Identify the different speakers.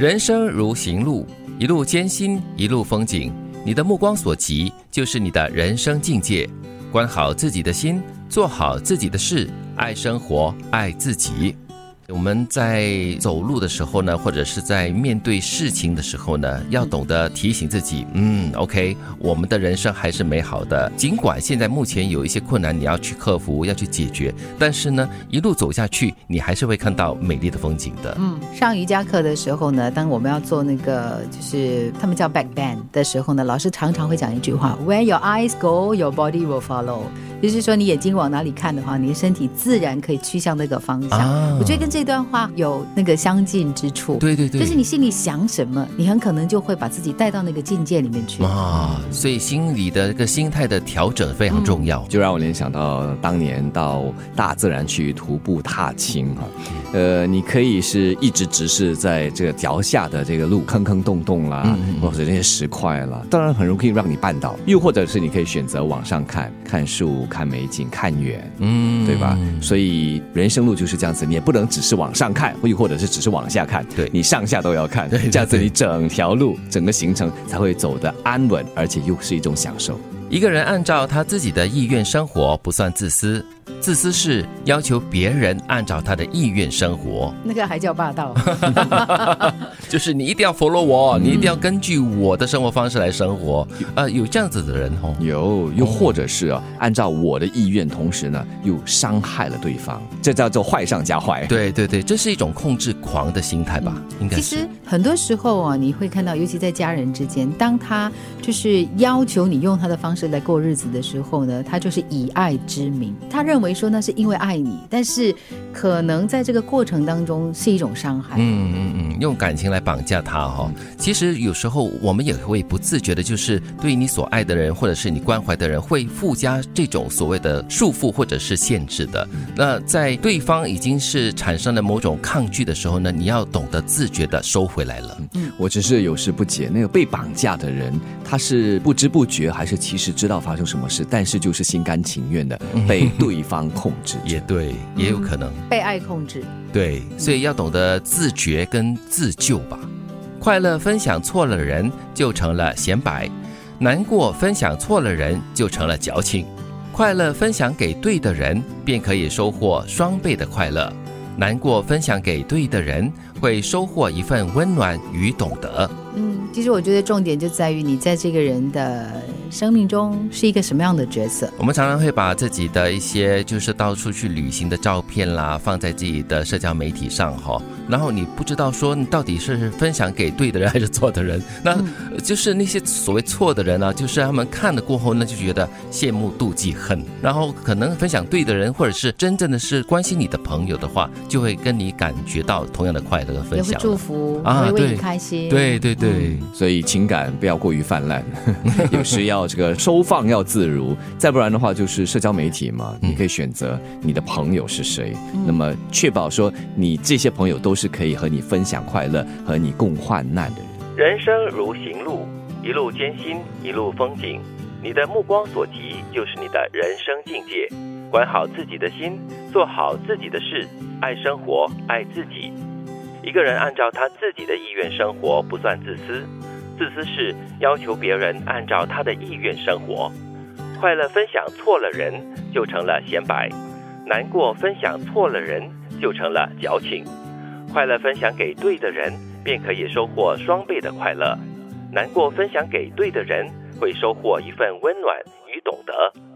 Speaker 1: 人生如行路，一路艰辛，一路风景。你的目光所及，就是你的人生境界。管好自己的心，做好自己的事，爱生活，爱自己。我们在走路的时候呢，或者是在面对事情的时候呢，要懂得提醒自己，OK， 我们的人生还是美好的。尽管现在目前有一些困难你要去克服，要去解决，但是呢，一路走下去，你还是会看到美丽的风景的。
Speaker 2: 上瑜伽课的时候呢，当我们要做那个就是他们叫 back bend 的时候呢，老师常常会讲一句话 Where your eyes go, your body will follow。 就是说你眼睛往哪里看的话，你的身体自然可以趋向那个方向。我觉得跟这段话有那个相近之处。
Speaker 1: 对对对，
Speaker 2: 就是你心里想什么，你很可能就会把自己带到那个境界里面去
Speaker 1: 所以心里的这个心态的调整非常重要。
Speaker 3: 就让我联想到当年到大自然去徒步踏青你可以是一直直视在这个脚下的这个路坑坑洞洞啦，或者那些石块啦，当然很容易让你绊倒。又或者是你可以选择往上看，看树，看美景，看远，对吧？所以人生路就是这样子，你也不能只是往上看，又或者是只是往下看，
Speaker 1: 对，
Speaker 3: 你上下都要看，这样子你整条路整个行程才会走得安稳，而且又是一种享受。
Speaker 1: 一个人按照他自己的意愿生活，不算自私。自私是要求别人按照他的意愿生活，
Speaker 2: 那个还叫霸道。
Speaker 1: 就是你一定要 follow 我，你一定要根据我的生活方式来生活。有这样子的人
Speaker 3: 又或者是按照我的意愿，同时呢又伤害了对方，这叫做坏上加坏。
Speaker 1: 对对对，这是一种控制狂的心态吧，应该是。
Speaker 2: 其实很多时候你会看到，尤其在家人之间，当他就是要求你用他的方式来过日子的时候呢，他就是以爱之名，他认为说那是因为爱你，但是可能在这个过程当中是一种伤害。
Speaker 1: 用感情来绑架他其实有时候我们也会不自觉的，就是对你所爱的人或者是你关怀的人，会附加这种所谓的束缚或者是限制的。那在对方已经是产生了某种抗拒的时候呢，你要懂得自觉的收回来了。
Speaker 3: 我只是有时不解，那个被绑架的人，他是不知不觉还是其实知道发生什么事，但是就是心甘情愿的被对方控制。
Speaker 1: 也对，也有可能
Speaker 2: 被爱控制。
Speaker 1: 对，所以要懂得自觉跟自救吧。快乐分享错了人，就成了显摆；难过分享错了人，就成了矫情。快乐分享给对的人，便可以收获双倍的快乐；难过分享给对的人，会收获一份温暖与懂得。
Speaker 2: 其实我觉得重点就在于你在这个人的生命中是一个什么样的角色。
Speaker 1: 我们常常会把自己的一些就是到处去旅行的照片啦，放在自己的社交媒体上然后你不知道说你到底是分享给对的人还是错的人。那就是那些所谓错的人就是他们看了过后呢，就觉得羡慕妒忌恨，然后可能分享对的人或者是真正的是关心你的朋友的话，就会跟你感觉到同样的快乐分享，
Speaker 2: 也会祝福，会为你开心。
Speaker 1: 对对对，
Speaker 3: 所以情感不要过于泛滥，有时要这个收放要自如，再不然的话就是社交媒体嘛，你可以选择你的朋友是谁，那么确保说你这些朋友都是可以和你分享快乐，和你共患难的人。
Speaker 1: 人生如行路，一路艰辛，一路风景。你的目光所及，就是你的人生境界。管好自己的心，做好自己的事，爱生活，爱自己。一个人按照他自己的意愿生活，不算自私。自私是要求别人按照他的意愿生活。快乐分享错了人，就成了显摆；难过分享错了人，就成了矫情。快乐分享给对的人，便可以收获双倍的快乐；难过分享给对的人，会收获一份温暖与懂得。